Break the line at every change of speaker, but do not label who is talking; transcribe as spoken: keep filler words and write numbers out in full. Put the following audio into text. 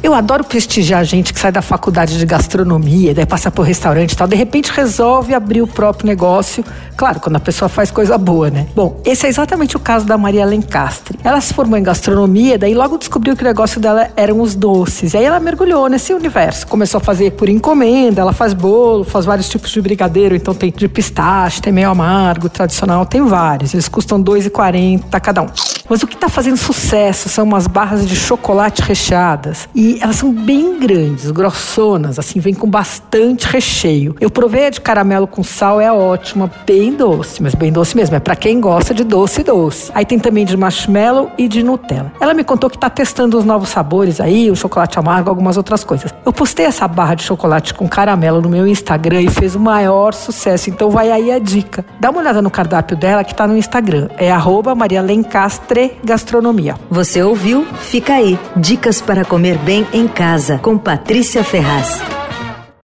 Eu adoro prestigiar gente que sai da faculdade de gastronomia, daí passa por restaurante e tal, de repente resolve abrir o próprio negócio. Claro, quando a pessoa faz coisa boa, né? Bom, esse é exatamente o caso da Maria Lencastre. Ela se formou em gastronomia, daí logo descobriu que o negócio dela eram os doces. E aí ela mergulhou nesse universo. Começou a fazer por encomenda, ela faz bolo, faz vários tipos de brigadeiro. Então tem de pistache, tem meio amargo, tradicional, tem vários. Eles custam dois reais e quarenta centavos cada um. Mas o que está fazendo sucesso são umas barras de chocolate recheadas. E elas são bem grandes, grossonas, assim, vem com bastante recheio. Eu provei a de caramelo com sal, é ótima, bem doce, mas bem doce mesmo. É pra quem gosta de doce doce. Aí tem também de marshmallow e de Nutella. Ela me contou que tá testando os novos sabores aí, o chocolate amargo, algumas outras coisas. Eu postei essa barra de chocolate com caramelo no meu Instagram e fez o maior sucesso. Então vai aí a dica. Dá uma olhada no cardápio dela que tá no Instagram. É arroba Maria Lencastre Gastronomia.
Você ouviu? Fica aí. Dicas para comer bem em casa, com Patrícia Ferraz.